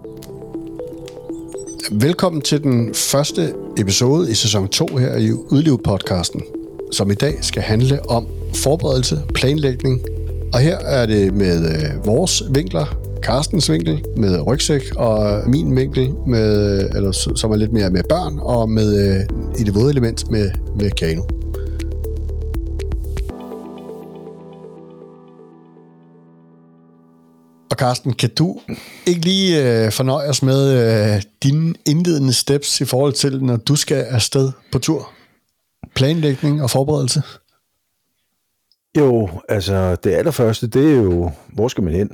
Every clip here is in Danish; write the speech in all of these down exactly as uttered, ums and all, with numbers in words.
Velkommen til den første episode i sæson to her i Udliv-podcasten, som i dag skal handle om forberedelse, planlægning. Og her er det med øh, vores vinkler, Carstens vinkel med rygsæk, og min vinkel, med, eller, som er lidt mere med børn, og med øh, i det våde element med, med kano. Og Carsten, kan du ikke lige øh, fornøje os med øh, dine indledende steps i forhold til, når du skal afsted på tur? Planlægning og forberedelse? Jo, altså det allerførste, det er jo, hvor skal man hen?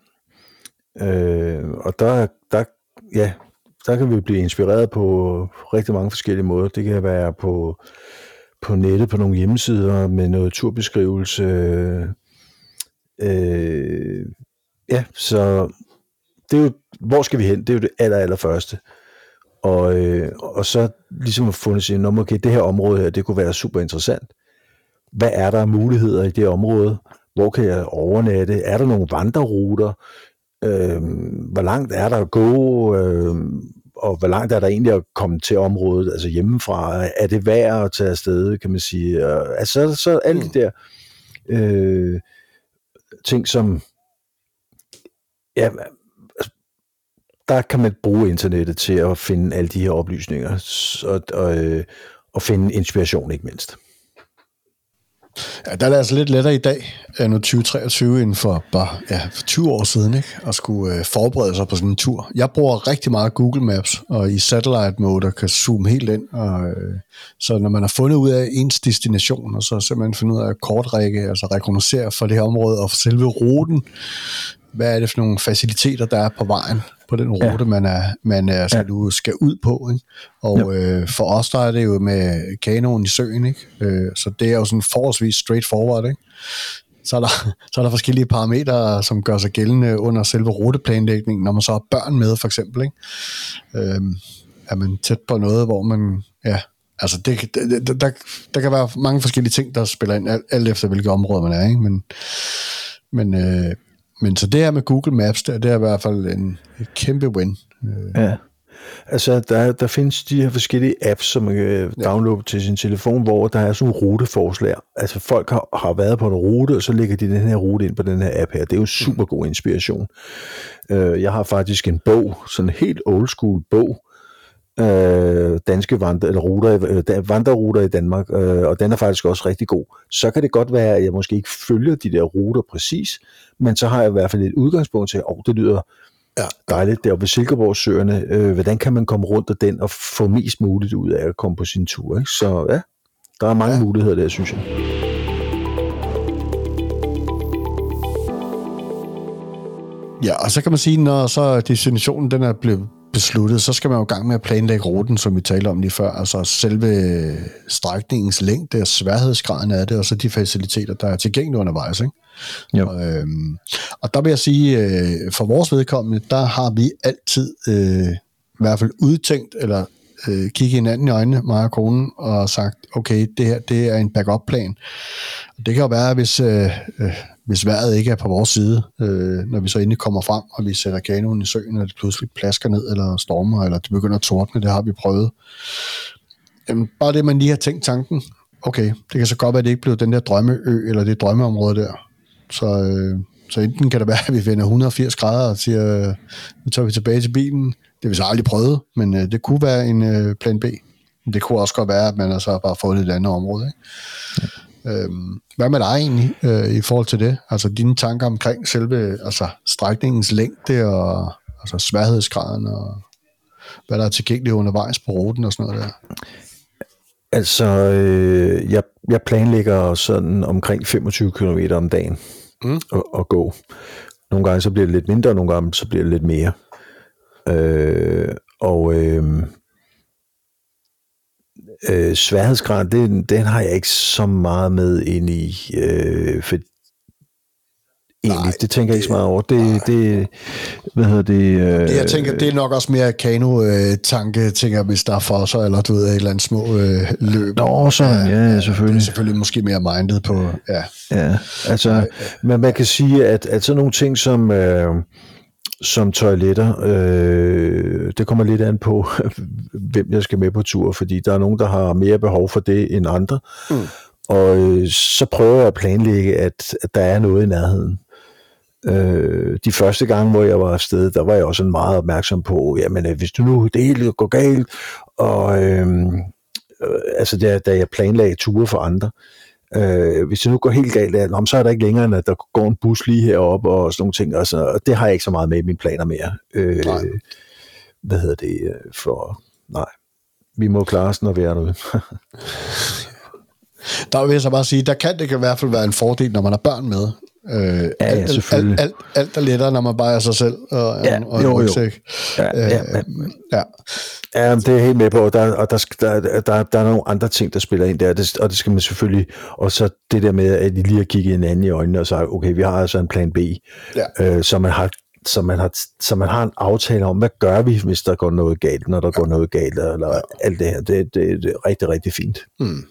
Øh, og der, der, ja, der kan vi blive inspireret på rigtig mange forskellige måder. Det kan være på, på nettet, på nogle hjemmesider med noget turbeskrivelse. Øh, ja, så det er jo, hvor skal vi hen? Det er jo det aller, allerførste. Og, øh, og så ligesom at fundet sig, okay, det her område her, det kunne være super interessant. Hvad er der af muligheder i det område? Hvor kan jeg overnatte? Er der nogle vandreruter? Øh, hvor langt er der at gå? Øh, og hvor langt er der egentlig at komme til området? Altså hjemmefra? Er det værd at tage afsted, kan man sige? Og, altså så alle de der øh, ting, som ja, der kan man bruge internettet til at finde alle de her oplysninger og, og, og finde inspiration, ikke mindst. Ja, der er det altså lidt lettere i dag, end tyve treogtyve, inden for bare ja, tyve år siden, ikke? At skulle øh, forberede sig på sådan en tur. Jeg bruger rigtig meget Google Maps, og i satellite mode, og kan zoome helt ind. Og, øh, så når man har fundet ud af ens destination, og så simpelthen finde ud af kortrække, altså rekognoscere for det her område, og for selve ruten, hvad er det for nogle faciliteter, der er på vejen, på den rute, ja. man, er, man er, skal, ja. du skal ud på. Ikke? Og øh, for os, der er det jo med kanoen i søen, ikke? Øh, så det er jo sådan forholdsvis straightforward. Ikke? Så, er der, så er der forskellige parametre, som gør sig gældende under selve ruteplanlægningen, når man så har børn med, for eksempel. Ikke? Øh, er man tæt på noget, hvor man... ja, altså det, det, der, der kan være mange forskellige ting, der spiller ind, alt, alt efter hvilke områder man er. Ikke? Men... men øh, Men så det her med Google Maps, det er i hvert fald en kæmpe win. Ja, altså der, der findes de her forskellige apps, som man kan downloade til sin telefon, hvor der er sådan nogle ruteforslag. Altså folk har, har været på en rute, og så lægger de den her rute ind på den her app her. Det er jo super god inspiration. Jeg har faktisk en bog, sådan en helt old school bog, Øh, danske vandre, eller ruter, øh, vandreruter i Danmark, øh, og den er faktisk også rigtig god. Så kan det godt være, at jeg måske ikke følger de der ruter præcis, men så har jeg i hvert fald et udgangspunkt til, at oh, det lyder ja. dejligt der ved Silkeborgsøerne. Øh, hvordan kan man komme rundt af den og få mest muligt ud af at komme på sin tur? Ikke? Så ja, der er mange ja. muligheder der, synes jeg. Ja, og så kan man sige, når så destinationen den er blevet besluttet, så skal man jo i gang med at planlægge ruten, som vi talte om lige før, altså selve strækningens længde og sværhedsgraden af det, og så de faciliteter, der er tilgængelige undervejs, ikke? Jo. Og, øhm, og der vil jeg sige, øh, for vores vedkommende, der har vi altid øh, i hvert fald udtænkt, eller øh, kigget hinanden i øjnene, mig og konen, og sagt, okay, det her, det er en backup-plan. Det kan jo være, hvis, øh, øh, hvis vejret ikke er på vores side, øh, når vi så endelig kommer frem, og vi sætter kanoen i søen, og det pludselig plasker ned, eller stormer, eller det begynder at tordne, det har vi prøvet. Jamen, bare det, man lige har tænkt tanken, okay, det kan så godt være, at det ikke blev den der drømmeø, eller det drømmeområde der. Så, øh, så enten kan det være, at vi vender et hundrede og firs grader og siger, øh, nu tager vi tilbage til bilen. Det har vi så aldrig prøvet, men øh, det kunne være en øh, plan B. Det kunne også godt være, at man altså bare fået et andet område. Ikke? Ja. Øhm, hvad med dig egentlig øh, i forhold til det? Altså dine tanker omkring selve altså, strækningens længde og altså, sværhedsgraden og hvad der er tilgængeligt undervejs på ruten og sådan noget der? Altså, øh, jeg, jeg planlægger sådan omkring femogtyve kilometer om dagen mm. at, at gå. Nogle gange så bliver det lidt mindre, og nogle gange så bliver det lidt mere. Øh, og øh, øh, sværhedsgrad, den, den har jeg ikke så meget med ind i, øh, for egentlig, nej, det tænker jeg ikke så meget over. Det, det, hvad hedder det? Øh, det jeg tænker, det er nok også mere kano-tanke, tænker hvis der er for sig, eller du ved, et eller andet små øh, løb. Nå, så, ja, ja, selvfølgelig. Det er selvfølgelig måske mere mindet på, ja. Ja, altså, men man kan sige, at, at sådan nogle ting som, øh, som toiletter. Øh, det kommer lidt an på, hvem jeg skal med på tur, fordi der er nogen, der har mere behov for det end andre. Mm. Og øh, så prøver jeg at planlægge, at, at der er noget i nærheden. Øh, de første gange, hvor jeg var afsted, der var jeg også meget opmærksom på, jamen hvis du nu det hele går galt, og øh, øh, altså der, da jeg planlagde ture for andre, øh, hvis det nu går helt galt, ja, så er der ikke længere, end at der går en bus lige heroppe og sådan nogle ting, altså, og det har jeg ikke så meget med i mine planer mere. Øh, hvad hedder det? For nej, vi må klare os, når vi er derude. Der vil jeg så bare sige, der kan det kan i hvert fald være en fordel, når man har børn med. Øh, ja, ja, alt, alt, alt, alt er lettere, når man bare er sig selv og, ja, og jo, en rygsæk. Ja, ja, ja. Øh, ja. Ja, det er helt med på, og der, og der, der, der, der er nogle andre ting, der spiller ind der, det, og det skal man selvfølgelig, og så det der med, at I lige har kigget hinanden i øjnene og sagt, okay, vi har altså en plan B, ja. øh, så man har så man har så man har en aftale om, hvad gør vi, hvis der går noget galt, når der ja. går noget galt, eller ja. alt det her, det, det, det er rigtig, rigtig fint. Mm.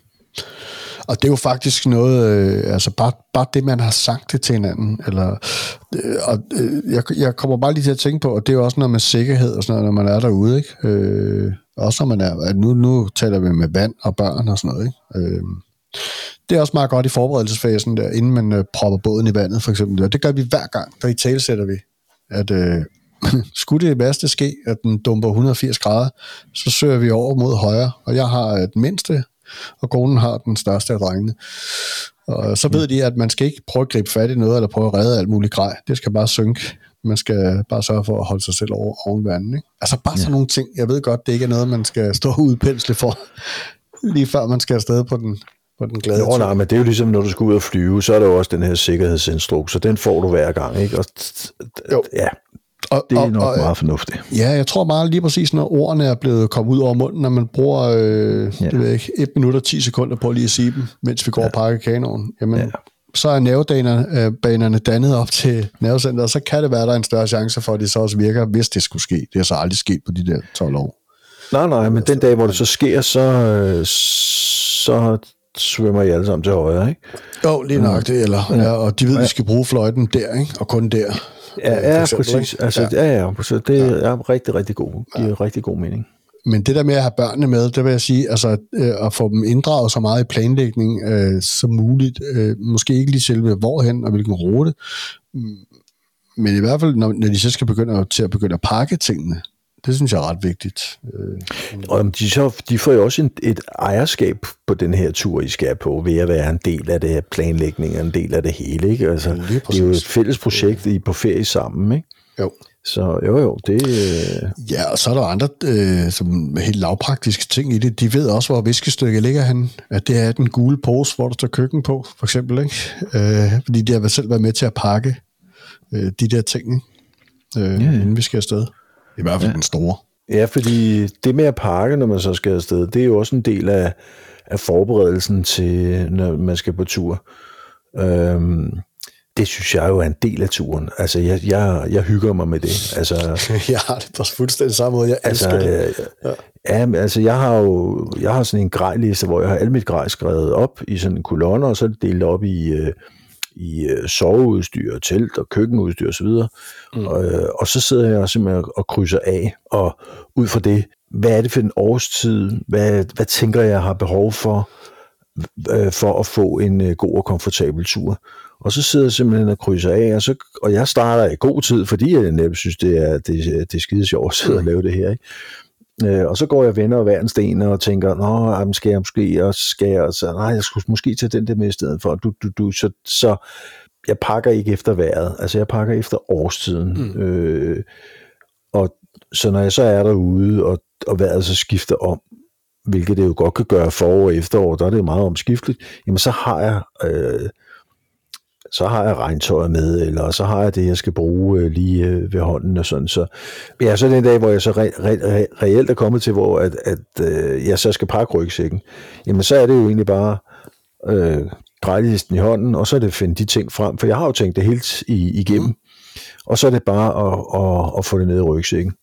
Og det er jo faktisk noget, øh, altså bare, bare det, man har sagt det til hinanden, eller, øh, og øh, jeg, jeg kommer bare lige til at tænke på, og det er jo også noget med sikkerhed og sådan noget, når man er derude, ikke? Øh, også når man er, at nu, nu taler vi med vand og børn og sådan noget, ikke? Øh, det er også meget godt i forberedelsesfasen, der, inden man øh, propper båden i vandet, for eksempel. Og det gør vi hver gang, der i talesætter vi, at øh, skulle det værste ske, at den dumper et hundrede og firs grader, så søger vi over mod højre, og jeg har et mindste, og konen har den største af drengene. Og så ved de, at man skal ikke prøve at gribe fat i noget, eller prøve at redde alt muligt grej. Det skal bare synke. Man skal bare sørge for at holde sig selv over oven vandet, ikke? Altså bare sådan ja. nogle ting. Jeg ved godt, det ikke er noget, man skal stå udpensle for, lige før man skal afsted på den, på den glade tur. Nej, men det er jo ligesom, når du skal ud og flyve, så er der jo også den her sikkerhedsinstruks, så den får du hver gang, ikke? Og jo. Ja. Og, det er og, nok og, meget fornuftigt. Ja, jeg tror meget lige præcis, når ordene er blevet kommet ud over munden, når man bruger øh, ja. det ved ikke, et minut og ti sekunder på lige at sige dem, mens vi går ja. og pakker kanonen, jamen, ja. så er nervebanerne dannet op til nervecenteret, og så kan det være, der er en større chance for, at det så også virker, hvis det skulle ske. Det er så aldrig sket på de der tolv år. Nej, nej, men den dag, hvor det så sker, så, så svømmer I alle sammen til højre, ikke? Jo, lige nok det, eller, ja. Ja, og de ved, at de skal bruge fløjten der, ikke? Og kun der. Ja, ja præcis. Altså, ja. Ja, ja, så det er rigtig, rigtig god. Det giver ja. rigtig god mening. Men det der med at have børnene med, det vil jeg sige, altså øh, at få dem inddraget så meget i planlægning øh, som muligt. Øh, måske ikke lige selve hvorhen og hvilken rute, men i hvert fald, når, når de så skal begynde til at begynde at pakke tingene, det synes jeg er ret vigtigt. Øh, og de, så, de får jo også en, et ejerskab på den her tur, I skal på, ved at være en del af det her planlægning, en del af det hele, ikke? Altså, det er jo et fælles projekt, I er på ferie sammen, ikke? Jo. Så jo jo, det... Øh... Ja, og så er der andre øh, som helt lavpraktiske ting i det. De ved også, hvor viskestykket ligger henne. At det er den gule pose, hvor der står køkken på, for eksempel, ikke? Øh, fordi de har selv været med til at pakke øh, de der ting, ikke? Øh, ja, ja. Inden vi skal afsted. I hvert fald ja. den store. Ja, fordi det med at pakke, når man så skal afsted, det er jo også en del af, af forberedelsen til, når man skal på tur. Øhm, det synes jeg jo er en del af turen. Altså, jeg, jeg, jeg hygger mig med det. Altså, jeg har det på fuldstændig samme måde. Jeg elsker altså, det. Ja, ja, altså, jeg har jo jeg har sådan en grejliste, hvor jeg har alt mit grej skrevet op i sådan en kolonne, og så er det delt op i... Øh, i øh, soveudstyr, telt og køkkenudstyr osv. Mm. Og, øh, og så sidder jeg simpelthen og krydser af, og ud fra det, hvad er det for en årstid, hvad, hvad tænker jeg har behov for, øh, for at få en øh, god og komfortabel tur. Og så sidder jeg simpelthen og krydser af, og, så, og jeg starter i god tid, fordi jeg netop synes, det er, det, det er skide sjovt at sidde og lave det her, ikke? Øh, og så går jeg og vender hver en sten og tænker, nå, jamen, skal jeg måske også, skal jeg også, nej, jeg skulle måske tage den der med i stedet for, du, du, du, så, så jeg pakker ikke efter vejret, altså jeg pakker efter årstiden, mm. øh, og så når jeg så er derude, og, og vejret så skifter om, hvilket det jo godt kan gøre forår og efterår, der er det meget omskifteligt, jamen så har jeg, øh, så har jeg regntøjet med, eller så har jeg det, jeg skal bruge øh, lige øh, ved hånden og sådan. Så ja, så den dag, hvor jeg så re- re- reelt er kommet til, hvor at, at øh, jeg så skal pakke rygsækken, jamen så er det jo egentlig bare øh, grejlisten i hånden, og så er det at finde de ting frem, for jeg har jo tænkt det helt i, igennem, mm. og så er det bare at, at, at få det ned i rygsækken.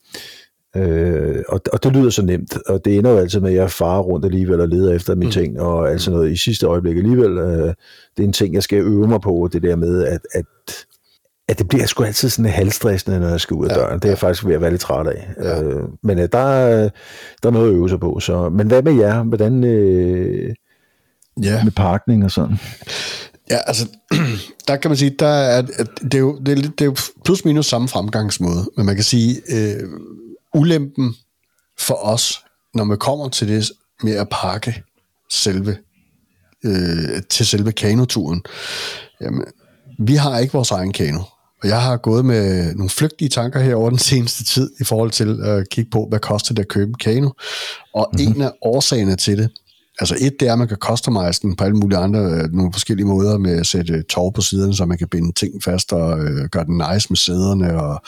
Øh, og, og det lyder så nemt, og det ender jo altid med, at jeg farer rundt alligevel og leder efter mine mm. ting, og altså noget i sidste øjeblik alligevel. Øh, det er en ting, jeg skal øve mig på, det der med, at, at Ja, det bliver sgu altid sådan halvstressende, når jeg skal ud af døren. Ja, det er jeg faktisk ved at være lidt træt af. Ja. Øh, men øh, der, er, der er noget at øve sig på. Så. Men hvad med jer? Hvordan øh, ja. med parkning og sådan? Ja, altså, der kan man sige, der er, det, er jo, det, er, det er jo plus minus samme fremgangsmåde. Men man kan sige, øh, ulempen for os, når man kommer til det med at parke selve, øh, til selve kanoturen, jamen, vi har ikke vores egen kano. Og jeg har gået med nogle flygtige tanker her over den seneste tid, i forhold til at kigge på, hvad koster det at købe en kano. Og mm-hmm. en af årsagerne til det, altså et, det er, at man kan customize den på alle mulige andre, nogle forskellige måder, med at sætte tov på siderne, så man kan binde ting fast og øh, gøre den nice med sæderne. Og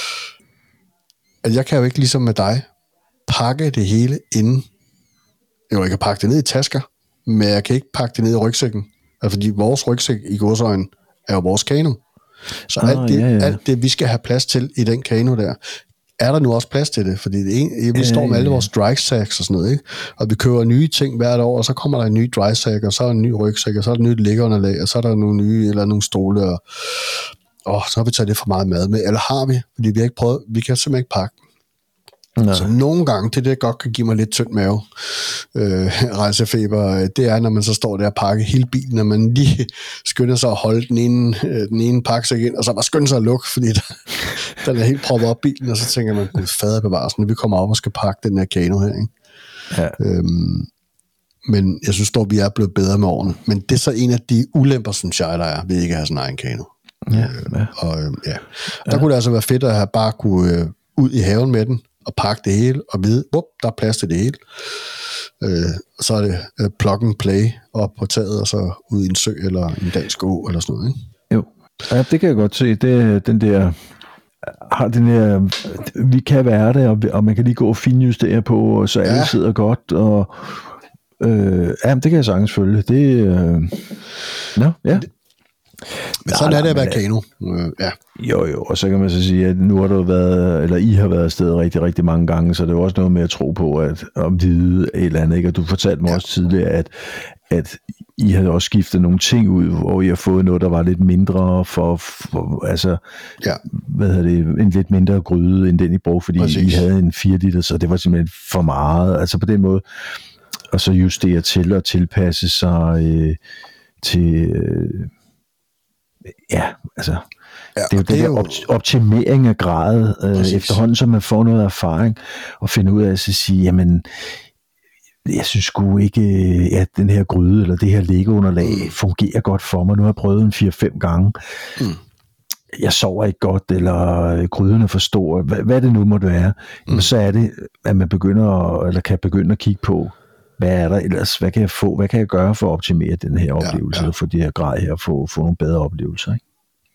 jeg kan jo ikke ligesom med dig pakke det hele inden. Jo, jeg kan pakke det ned i tasker, men jeg kan ikke pakke det ned i rygsækken. Altså, fordi vores rygsæk i gåseøjne er jo vores kano. Så ah, alt, det, ja, ja. alt det, vi skal have plads til i den kano der, er der nu også plads til det? Fordi det en, vi ja, står med alle vores dry sacks og sådan noget, ikke? Og vi køber nye ting hvert år, og så kommer der en ny dry sack, og så er der en ny rygsæk, og så er der et nyt liggeunderlag, og så er der nogle nye, eller nogle stole, og åh, så har vi taget lidt for meget mad med. Eller har vi? Fordi vi har ikke prøvet, vi kan simpelthen ikke pakke. Nej. Så nogle gange, det der godt kan give mig lidt tynd mave, øh, rejsefeber, det er, når man så står der og pakker hele bilen, og man lige skynder sig at holde den ene, øh, den ene pakke sig ind, og så bare skynder sig at lukke, fordi der, den er helt proppet op bilen, og så tænker man, gud fader bevares, når vi kommer op og skal pakke den her kano her, ikke? Ja. Øhm, men jeg synes dog, vi er blevet bedre med årene. Men det er så en af de ulemper, synes jeg, der er, ved ikke at have sådan en egen kano. Ja, ja. Øh, og øh, ja, der ja. kunne det altså være fedt at have bare kunne øh, ud i haven med den, og pakke det hele, og vide, wup, der er plads til det hele. Øh, så er det øh, plug and play op på taget, og så ud i en sø, eller en dansk å, eller sådan noget, ikke? Jo, ja, det kan jeg godt se. Det, den der, har den der, vi kan være det, og, og man kan lige gå og finjustere på, så alle ja. sidder godt, og øh, ja, det kan jeg sagtens følge. Det, øh, no, ja. Det, Men sådan nej, er det at være kano. Øh, ja. Jo, jo, og så kan man så sige, at nu har du været, eller I har været afsted rigtig, rigtig mange gange, så det er jo også noget med at tro på, at om vide et eller andet, ikke? Og du fortalte mig ja. også tidligere, at, at I havde også skiftet nogle ting ud, hvor I har fået noget, der var lidt mindre for, for altså, ja. hvad hedder det, en lidt mindre gryde, end den I brugte, fordi Præcis. I havde en fire liter, så det var simpelthen for meget, altså på den måde, og så justere til og tilpasse sig øh, til... Øh, Ja, altså, ja, det er jo det, det er jo... Op- optimering af gradet, øh, efterhånden, så man får noget erfaring, og finder ud af at sige, jamen, jeg synes sgu ikke, at den her gryde, eller det her læggeunderlag, mm. fungerer godt for mig. Nu har jeg prøvet en fire fem gange. Mm. Jeg sover ikke godt, eller gryderne er for store. Hvad, hvad det nu måtte være, mm. jamen, så er det, at man begynder, at, eller kan begynde at kigge på, hvad er der ellers? Hvad kan jeg få? Hvad kan jeg gøre for at optimere den her oplevelse, ja, ja. og få det her grad her, og få, få nogle bedre oplevelser, ikke?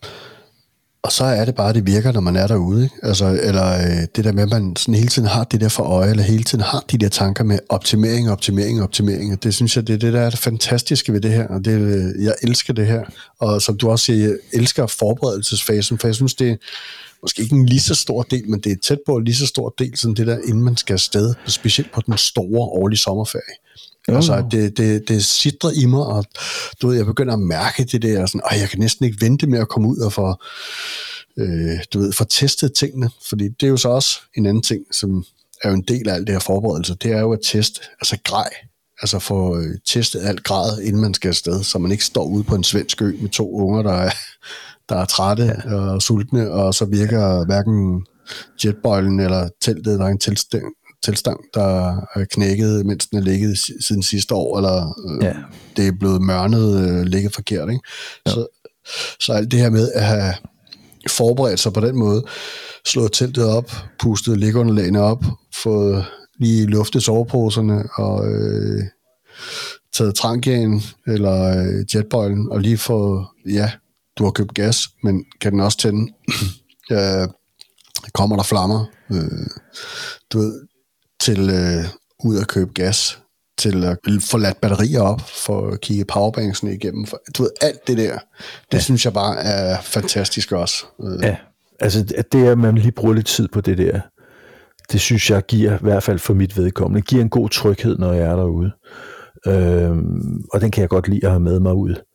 Og så er det bare, det virker, når man er derude, ikke? Altså, eller øh, det der med, at man sådan hele tiden har det der for øje, eller hele tiden har de der tanker med optimering, optimering, optimering. Og det synes jeg, det er det, der er det fantastiske ved det her, og det, jeg elsker det her. Og som du også siger, jeg elsker forberedelsesfasen, for jeg synes, det er måske ikke en lige så stor del, men det er tæt på en lige så stor del, som det der, inden man skal afsted, specielt på den store årlige sommerferie. Oh. Altså, det, det, det sidder i mig, og du ved, jeg begynder at mærke det der, sådan, og jeg kan næsten ikke vente med at komme ud og få, øh, du ved, få testet tingene, fordi det er jo så også en anden ting, som er jo en del af alt det her forberedelse, det er jo at teste, altså grej, altså få øh, testet alt grad, inden man skal afsted, så man ikke står ude på en svensk ø med to unger, der er, der er trætte ja. og sultne, og så virker hverken jetbøjlen eller teltet, der er en tilstand, tilstand, der er knækket, mens den er ligget siden sidste år, eller øh, ja. det er blevet mørnet, øh, ligget forkert, ikke? Ja. Så, så alt det her med at have forberedt sig på den måde, slået teltet op, pustet liggeunderlagene op, fået lige luftet soveposerne, og øh, taget trangiaen, eller øh, jetbøjlen, og lige få, ja, du har købt gas, men kan den også tænde? øh, kommer der flammer? Øh, du ved, til øh, ud at købe gas, til at få ladt batterier op, for at kigge powerbanksene igennem. For, du ved, alt det der, det ja. synes jeg bare er fantastisk også. Ja, altså det er, at man lige bruger lidt tid på det der, det synes jeg giver, i hvert fald for mit vedkommende, giver en god tryghed, når jeg er derude. Øhm, og den kan jeg godt lide at have med mig ud.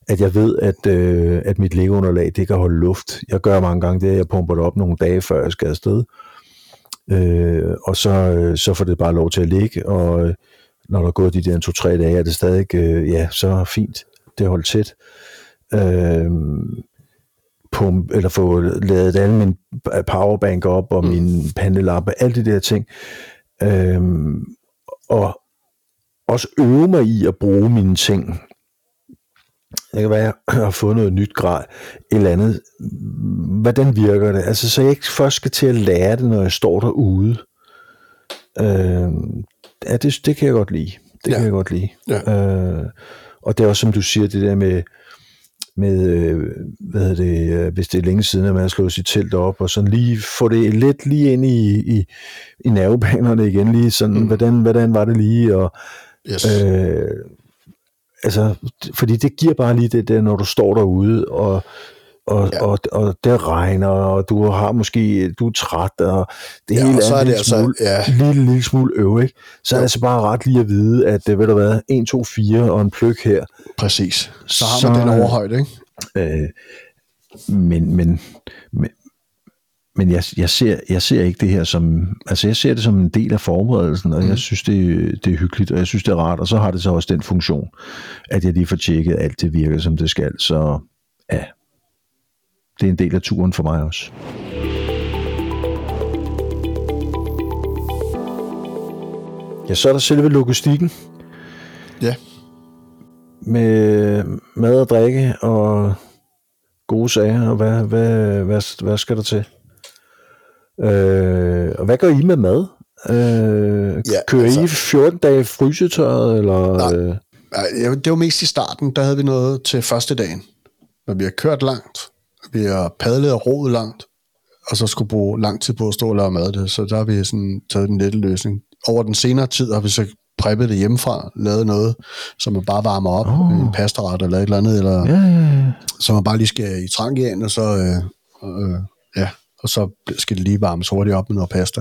at jeg ved, at, øh, at mit liggeunderlag, det kan holde luft. Jeg gør mange gange det, at jeg pumper det op nogle dage, før jeg skal afsted. Øh, og så, øh, så får det bare lov til at ligge, og øh, når der er gået de der to-tre dage, er det stadig, øh, ja, så fint. Det holdt tæt. Øh, pump, eller få lavet alle mine powerbank op, og mm. min pandelappe, alle de der ting. Øh, og også øve mig i at bruge mine ting. Det kan være, at jeg har fået noget nyt grej, et eller andet. Hvordan virker det? Altså, så jeg ikke først skal til at lære det, når jeg står derude. Øh, ja, det, det kan jeg godt lide. Det ja. kan jeg godt lide. Ja. Øh, og det er også, som du siger, det der med, med øh, hvad hedder det, øh, hvis det er længe siden, at man har slået sit telt op, og sådan lige få det lidt lige ind i, i, i nervebanerne igen, lige sådan, mm. hvordan, hvordan var det lige, og yes. øh, altså, fordi det giver bare lige det der, når du står derude, og Og, ja. og, og det regner, og du har måske, du er træt, og det ja, hele og så er, er det en altså, smule, ja. lille, lille smule øve, ikke? Så jo. er det altså bare ret lige at vide, at ved du hvad, en, to, fire og en pløk her. Præcis. Så har man så, den overhøjde, ikke? Øh, men, men, men, men jeg, jeg, ser, jeg ser ikke det her som, altså jeg ser det som en del af forberedelsen, og mm. jeg synes, det, det er hyggeligt, og jeg synes, det er rart, og så har det så også den funktion, at jeg lige får tjekket, at alt det virker, som det skal, så ja. Det er en del af turen for mig også. Ja, så er der selve logistikken. Ja. Med mad og drikke og gode sager, og hvad, hvad, hvad, hvad skal der til? Øh, og hvad gør I med mad? Øh, ja, kører altså, I fjorten dage frysetørret? Eller? Nej, nej, det var mest i starten, der havde vi noget til første dagen. Når vi har kørt langt, vi har padlet og roet langt, og så skulle bruge lang tid på at stå og lave mad det. Så der har vi sådan taget den lette løsning. Over den senere tid har vi så preppet det hjemmefra, lavet noget, som man bare varmer op, oh. en pastaret eller et eller andet, eller ja, ja, ja. som man bare lige skal i trangian, og så øh, øh, ja, og så skal det lige varmes hurtigt op med noget pasta.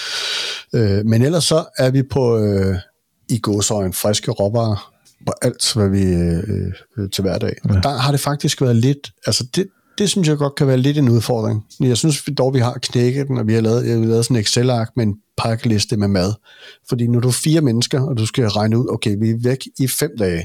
Øh, men ellers så er vi på øh, i gåseøjne friske råvarer på alt, hvad vi øh, øh, til hverdag. Ja. Der har det faktisk været lidt, altså det, det synes jeg godt kan være lidt en udfordring. Jeg synes dog, vi har knækket den, og vi har lavet, jeg har lavet sådan en Excel-ark med en pakkeliste med mad. Fordi når du er fire mennesker, og du skal regne ud, okay, vi er væk i fem dage.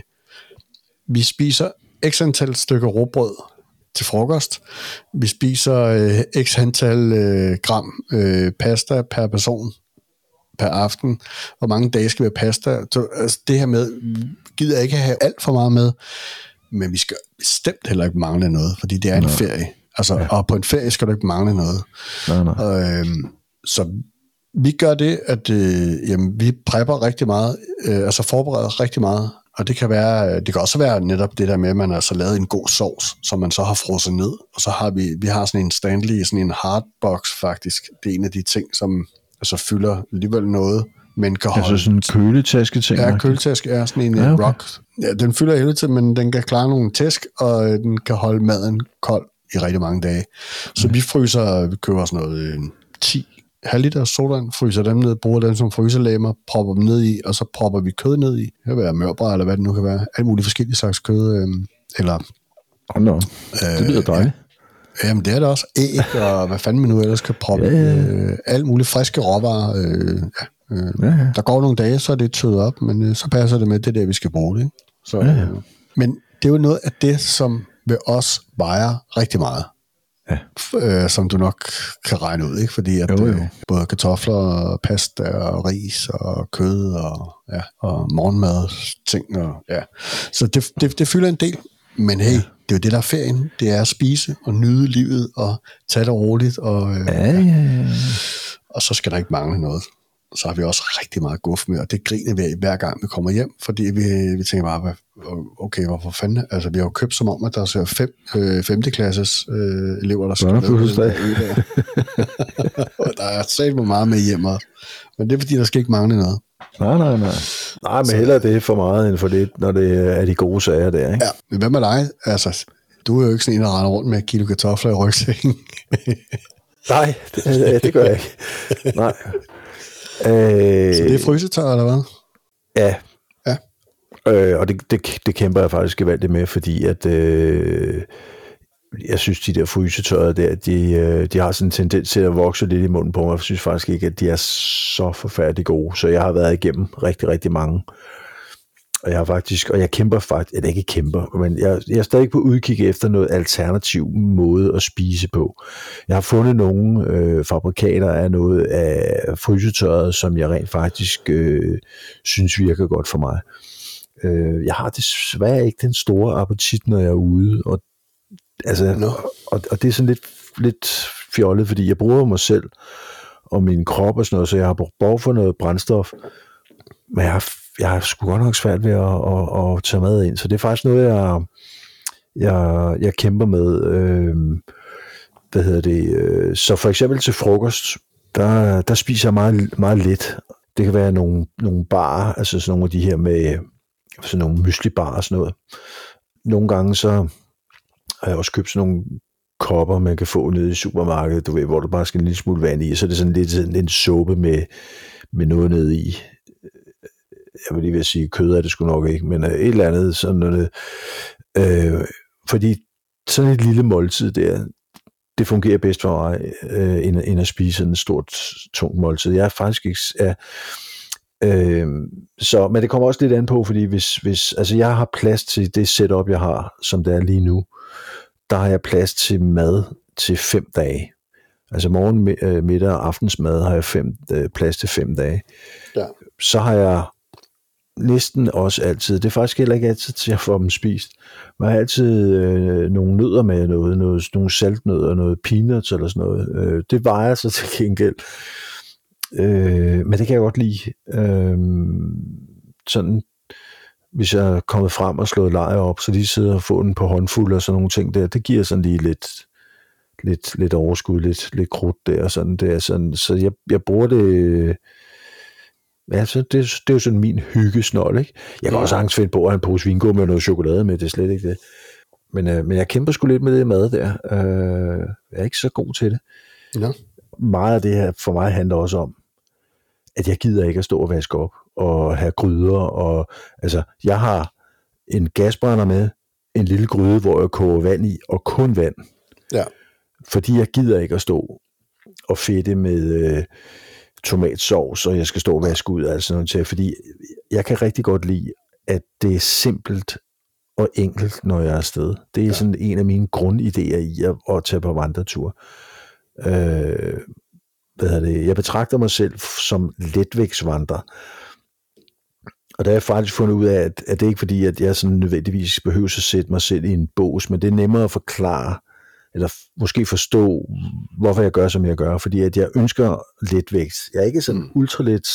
Vi spiser x antal stykker råbrød til frokost. Vi spiser øh, x antal øh, gram øh, pasta per person per aften. Hvor mange dage skal vi have pasta? Så, altså, det her med, gider jeg ikke have alt for meget med, men vi skal bestemt heller ikke mangle noget, fordi det er en nej. ferie. Altså, ja. Og på en ferie skal du ikke mangle noget. Nej, nej. Og, øhm, så vi gør det, at øh, jamen, vi prepper rigtig meget, øh, altså forbereder rigtig meget, og det kan være, det kan også være netop det der med, at man har så lavet en god sovs, som man så har frosset ned, og så har vi, vi har sådan en Stanley, sådan en hardbox faktisk. Det er en af de ting, som altså fylder alligevel noget, men kan holde... Altså sådan en køletaske ting? Ja, køletaske er sådan en ja, okay. rock. Ja, den fylder hele tiden, men den kan klare nogle tæsk, og den kan holde maden kold i rigtig mange dage. Så mm. vi fryser, vi køber sådan noget øh, ti halvliter sodavand, fryser dem ned, bruger dem som fryselæmer, propper dem ned i, og så propper vi kød ned i. Det kan være mørbræd, eller hvad det nu kan være. Alle mulige forskellige slags kød. Øh, eller... Oh no. øh, det lyder dejligt. Ja. Jamen det er det også. Æg, og hvad fanden man nu ellers kan proppe. Ja, ja, ja. Øh, alle mulige friske råvarer. Øh, ja. Øh, ja, ja. Der går nogle dage, så er det tøet op, men øh, så passer det med, det der, vi skal bruge det. Så, ja, ja. Øh, men det er jo noget af det, som ved os vejer rigtig meget. Ja. Øh, som du nok kan regne ud, ikke? Fordi at jo, jo. Øh, både kartofler, og pasta, og ris, og kød, og, ja, og morgenmad, ting, og ja. Så det, det, det fylder en del, men hey, ja. Det er jo det, der er ferien. Det er at spise og nyde livet, og tage det roligt, og, øh, ja, ja, ja. og så skal der ikke mangle noget. Så har vi også rigtig meget guf med, og det griner vi af hver gang, vi kommer hjem, fordi vi, vi tænker bare, okay, hvorfor fandme? Altså, vi har jo købt som om, at der er fem øh, femteklasses øh, elever, der skal med. Og der er sagt meget med hjemme, men det er fordi, der skal ikke mangle noget. Nej, nej, nej. Nej, men så, hellere det for meget, end for lidt, når det er de gode sager der, ikke? Ja, men hvad med dig? Altså, du er jo ikke sådan en, der render rundt med et kilo kartofler i rygsækken. Nej, det, det gør jeg ikke. Nej. Øh, så det er frysetør, eller hvad? Ja. Ja. Øh, og det, det, det kæmper jeg faktisk gevaldigt med, fordi at øh, jeg synes, de der frysetøjer der, de, øh, de har sådan en tendens til at vokse lidt i munden på mig. Jeg synes faktisk ikke, at de er så forfærdeligt gode. Så jeg har været igennem rigtig, rigtig mange. Og jeg har faktisk, og jeg kæmper faktisk, eller ikke kæmper, men jeg, jeg er stadig på udkig efter noget alternativ måde at spise på. Jeg har fundet nogle øh, fabrikater af noget af frysetøjet, som jeg rent faktisk øh, synes virker godt for mig. Øh, jeg har desværre ikke den store appetit, når jeg er ude, og, altså, no. og, og det er sådan lidt, lidt fjollet, fordi jeg bruger mig selv og min krop og sådan noget, så jeg har behov for noget brændstof, men jeg har jeg har sgu godt nok svært ved at, at, at tage mad ind, så det er faktisk noget, jeg, jeg, jeg kæmper med. Øh, hvad hedder det? Øh, så for eksempel til frokost, der, der spiser jeg meget, meget let. Det kan være nogle, nogle barer, altså sådan nogle af de her med sådan nogle mysli-barer og sådan noget. Nogle gange så har jeg også købt sådan nogle kopper, man kan få nede i supermarkedet, du ved, hvor du bare skal en lille smule vand i, så er det sådan lidt sådan en suppe med, med noget nede i. Jeg vil lige ved at sige, kød er det sgu nok ikke, men et eller andet sådan noget. Øh, fordi sådan et lille måltid der, det fungerer bedst for mig, øh, end, end at spise sådan et stort, tungt måltid. Jeg er faktisk ikke... Ja, øh, så, men det kommer også lidt an på, fordi hvis, hvis altså jeg har plads til det setup, jeg har, som det er lige nu, der har jeg plads til mad til fem dage. Altså morgen, middag og aftensmad har jeg fem, øh, plads til fem dage. Ja. Så har jeg næsten også altid, det er faktisk heller ikke altid til at få dem spist, man har altid øh, nogle nødder med noget, noget, nogle saltnødder, noget peanuts eller sådan noget. Øh, det vejer så til gengæld. Øh, men det kan jeg godt lide. Øh, sådan, hvis jeg er kommet frem og slået lejr op, så lige sidder og få den på håndfuld og sådan nogle ting der, det giver sådan lige lidt, lidt, lidt overskud, lidt, lidt krudt der og sådan der. Sådan, så jeg, jeg bruger det... Ja, så det, det er jo sådan min hyggesnold, ikke? Jeg kan ja. også angst finde på at have en pose vingummi med noget chokolade med, det er slet ikke det. Men, øh, men jeg kæmper sgu lidt med det mad der. Øh, jeg er ikke så god til det. Ja. Meget af det her for mig handler også om, at jeg gider ikke at stå og vaske op og have gryder. Og, altså, jeg har en gasbrænder med, en lille gryde, hvor jeg koger vand i, og kun vand. Ja. Fordi jeg gider ikke at stå og fedte med... Øh, tomatsovs, og jeg skal stå og vaske ud, altså noget til, fordi jeg kan rigtig godt lide, at det er simpelt og enkelt, når jeg er afsted. Det er ja. sådan en af mine grundidéer i at, at tage på vandretur. Øh, hvad er det? Jeg betragter mig selv som letvægtsvandrer, og der har jeg faktisk fundet ud af, at, at det er ikke fordi, at jeg sådan nødvendigvis behøver at sætte mig selv i en bås, men det er nemmere at forklare, eller måske forstå, hvorfor jeg gør, som jeg gør, fordi at jeg ønsker letvægt. Jeg er ikke sådan ultralet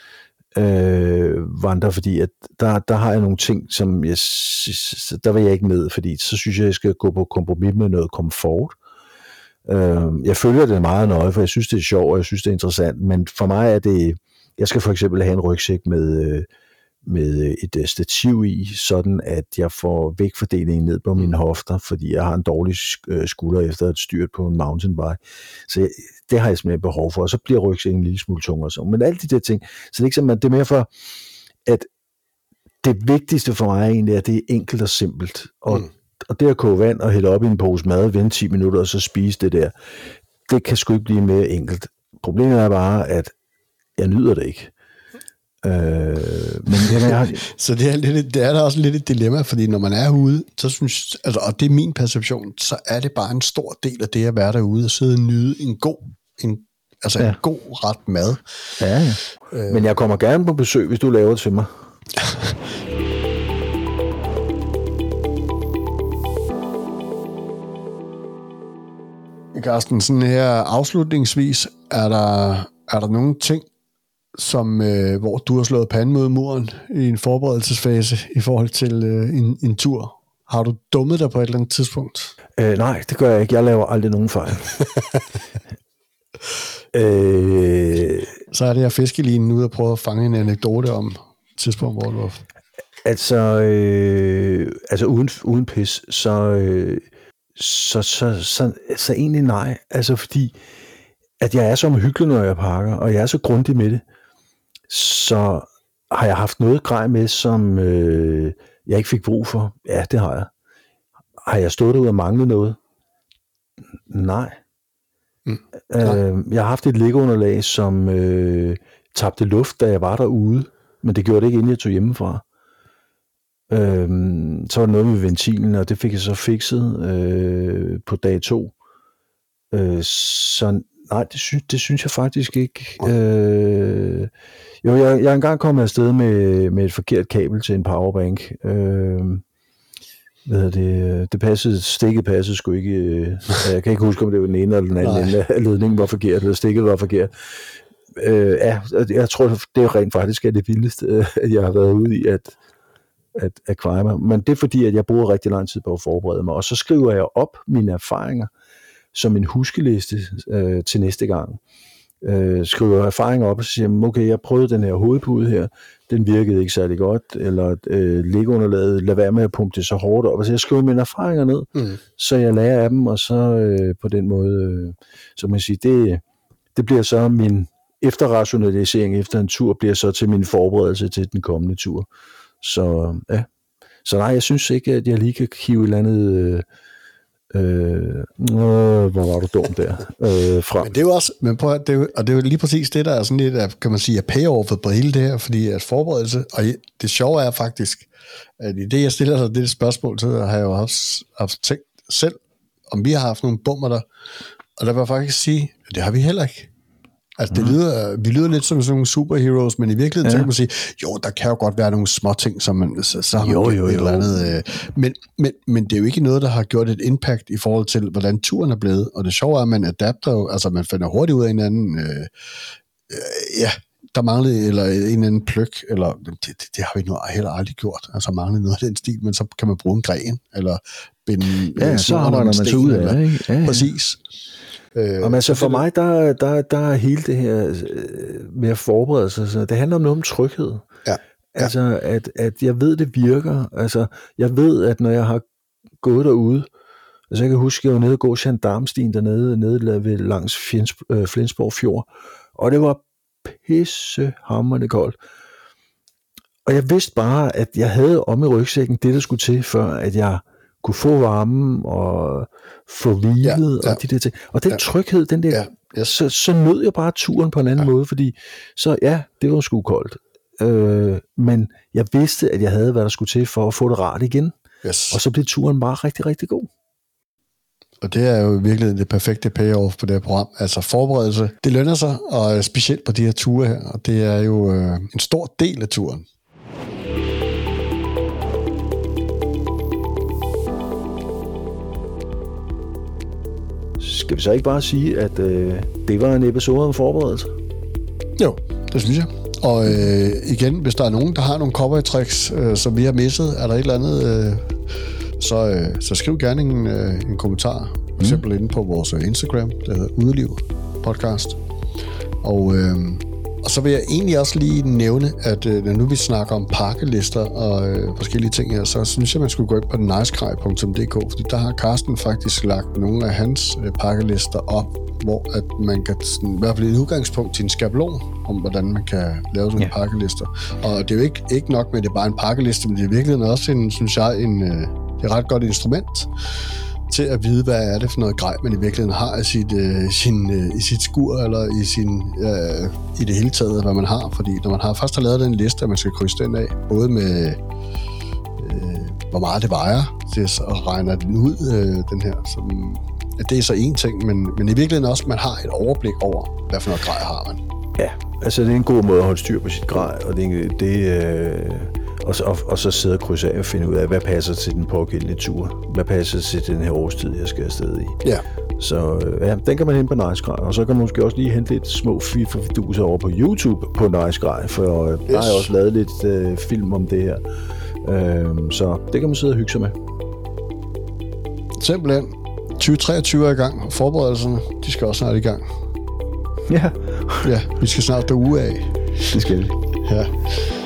øh, vandrer, fordi at der, der har jeg nogle ting, som jeg, der vil jeg ikke med, fordi så synes jeg, jeg skal gå på kompromis med noget komfort. Øh, jeg følger det meget nøje, for jeg synes, det er sjovt, og jeg synes, det er interessant, men for mig er det, jeg skal for eksempel have en rygsæk med... Øh, med et stativ i, sådan at jeg får vægtfordelingen ned på mine hofter, fordi jeg har en dårlig skulder efter at styrt på en mountainbike. Så jeg, det har jeg simpelthen behov for, og så bliver rygsækken en lille smule tungere. Så. Men alle de der ting, så det er ikke sådan, at det er mere for, at det vigtigste for mig er egentlig, at det er enkelt og simpelt. Og, mm. og det at koge vand og hælde op i en pose mad, vente ti minutter og så spise det der, det kan sgu ikke blive mere enkelt. Problemet er bare, at jeg nyder det ikke. Øh, men det er, så det er, lidt, det er da også lidt et dilemma, fordi når man er ude, så synes, altså, og det er min perception, så er det bare en stor del af det at være derude og sidde og nyde en god, en, altså ja. en god ret mad. Ja, ja. Øh, men jeg kommer gerne på besøg, hvis du laver det til mig. Carsten, sådan her afslutningsvis, er der, er der nogle ting, som, øh, hvor du har slået panden mod muren i en forberedelsesfase i forhold til øh, en, en tur. Har du dummet dig på et eller andet tidspunkt? Øh, nej, det gør jeg ikke. Jeg laver aldrig nogen fejl. øh, Så er det her fiskelinen ude og prøve at fange en anekdote om et tidspunkt, hvor du var... Altså, øh, altså uden, uden pis, så, øh, så, så, så, så egentlig nej. Altså fordi, at jeg er så omhyggelig, når jeg pakker, og jeg er så grundig med det. Så har jeg haft noget grej med, som øh, jeg ikke fik brug for? Ja, det har jeg. Har jeg stået derude og manglet noget? Nej. Mm, øh, jeg har haft et liggeunderlag, som øh, tabte luft, da jeg var derude, men det gjorde det ikke, inden jeg tog hjemmefra. Øh, så var det noget med ventilen, og det fik jeg så fikset øh, på dag to. Øh, så nej, det synes, det synes jeg faktisk ikke. Øh, jo, jeg, jeg er engang kommet afsted med, med et forkert kabel til en powerbank. Øh, hvad hedder det? Det passede, stikket passede sgu ikke. Øh, jeg kan ikke huske, om det var den ene eller den anden ende af ledningen var forkert, eller stikket var forkert. Øh, ja, jeg tror, det er rent faktisk er det vildeste, at jeg har været ude i at, at akvare mig. Men det er fordi, at jeg bruger rigtig lang tid på at forberede mig, og så skriver jeg op mine erfaringer som en huskeliste øh, til næste gang. Øh, skriver erfaringer op og siger, okay, jeg prøvede den her hovedpude her, den virkede ikke særlig godt, eller øh, liggeunderlaget, lad være med at pumpe det så hårdt op. Altså jeg skriver mine erfaringer ned, mm. så jeg lærer af dem, og så øh, på den måde, øh, så man siger, det, det bliver så min efterrationalisering efter en tur, bliver så til min forberedelse til den kommende tur. Så ja, så nej, jeg synes ikke, at jeg lige kan hive et eller andet øh, Øh, øh, hvor var du dum der øh, frem. Men det er jo også, men prøv, det er jo, og det er jo lige præcis det, der er sådan lidt, kan man sige, er payoffet på hele det her, fordi at forberedelse, og det sjove er faktisk, at i det, jeg stiller sig det spørgsmål til, har jeg jo haft, haft tænkt selv, om vi har haft nogle bummer der, og der vil jeg faktisk sige, at det har vi heller ikke. Altså, det lyder, vi lyder lidt som sådan nogle superheroes, men i virkeligheden, ja. Så kan man sige, jo, der kan jo godt være nogle små ting, som man, så, så har jo, jo, jo. Et eller andet. Øh, men, men, men det er jo ikke noget, der har gjort et impact i forhold til, hvordan turen er blevet. Og det sjove er, at man adapter jo, altså man finder hurtigt ud af en anden, øh, øh, ja, der manglede, eller en eller anden pløk, eller det, det, det har vi nu heller aldrig gjort, altså manglede noget af den stil, men så kan man bruge en gren, eller binde ja, øh, så arbejder man så ud af det, ikke? Ja, ja. Præcis. Øh, og altså for mig, der, der, der er hele det her med at forberede sig, så det handler om noget om tryghed. Ja, ja. Altså, at, at jeg ved, det virker. Altså, jeg ved, at når jeg har gået derude, altså jeg kan huske, at jeg var nede og gå gendarmestien dernede, nede ved langs Fjens, øh, Flensborg Fjord, og det var pissehamrende koldt. Og jeg vidste bare, at jeg havde om i rygsækken det, der skulle til, før at jeg kunne få varmen og få hvilet ja, ja. Og de der ting. Og den ja. Tryghed, den der, ja, yes. så, så nød jeg bare turen på en anden ja. Måde, fordi så ja, det var sgu koldt. Øh, men jeg vidste, at jeg havde, hvad der skulle til for at få det rart igen. Yes. Og så blev turen bare rigtig, rigtig god. Og det er jo virkelig det perfekte payoff på det her program. Altså forberedelse, det lønner sig, og specielt på de her ture her. Og det er jo øh, en stor del af turen. Skal vi så ikke bare sige, at øh, det var en episode om forberedelse? Jo, det synes jeg. Og øh, igen, hvis der er nogen, der har nogle cowboy-tricks, øh, som vi har misset, er der et eller andet, øh, så, øh, så skriv gerne en, øh, en kommentar. For eksempel mm. inde på vores Instagram, der hedder Udeliv Podcast. Og, øh, og så vil jeg egentlig også lige nævne, at øh, når nu vi snakker om pakkelister og øh, forskellige ting her, så synes jeg, man skulle gå ind på nicecry punktum d k, fordi der har Carsten faktisk lagt nogle af hans øh, pakkelister op, hvor at man kan, sådan, i hvert fald et udgangspunkt til en skabelon, om hvordan man kan lave sådan ja. Pakkelister. Og det er jo ikke, ikke nok med, at det er bare en pakkeliste, men det er virkelig også en, synes jeg, en, øh, det er et ret godt instrument til at vide, hvad er det for noget grej, man i virkeligheden har i sit, øh, sin, øh, i sit skur, eller i, sin, øh, i det hele taget, hvad man har. Fordi når man har først har lavet den liste, at man skal krydse den af, både med, øh, hvor meget det vejer, så regner den ud, øh, den her. Så, at det er så en ting, men, men i virkeligheden også, at man har et overblik over, hvad for noget grej har man. Ja, altså det er en god måde at holde styr på sit grej, og det, det øh Og så, og, og så sidde og krydse af og finde ud af, hvad passer til den pågældende tur. Hvad passer til den her årstid, jeg skal afsted i. Ja. Så ja, den kan man hente på Nicecry. Og så kan man måske også lige hente lidt små fiduser over på YouTube på Nicecry. For yes. Der har jeg også lavet lidt øh, film om det her. Øh, så det kan man sidde og hygge sig med. Simpelthen. tyve treogtyve er i gang. Forberedelserne, de skal også snart i gang. Ja. Ja, vi skal snart derude af. Det skal vi. Ja.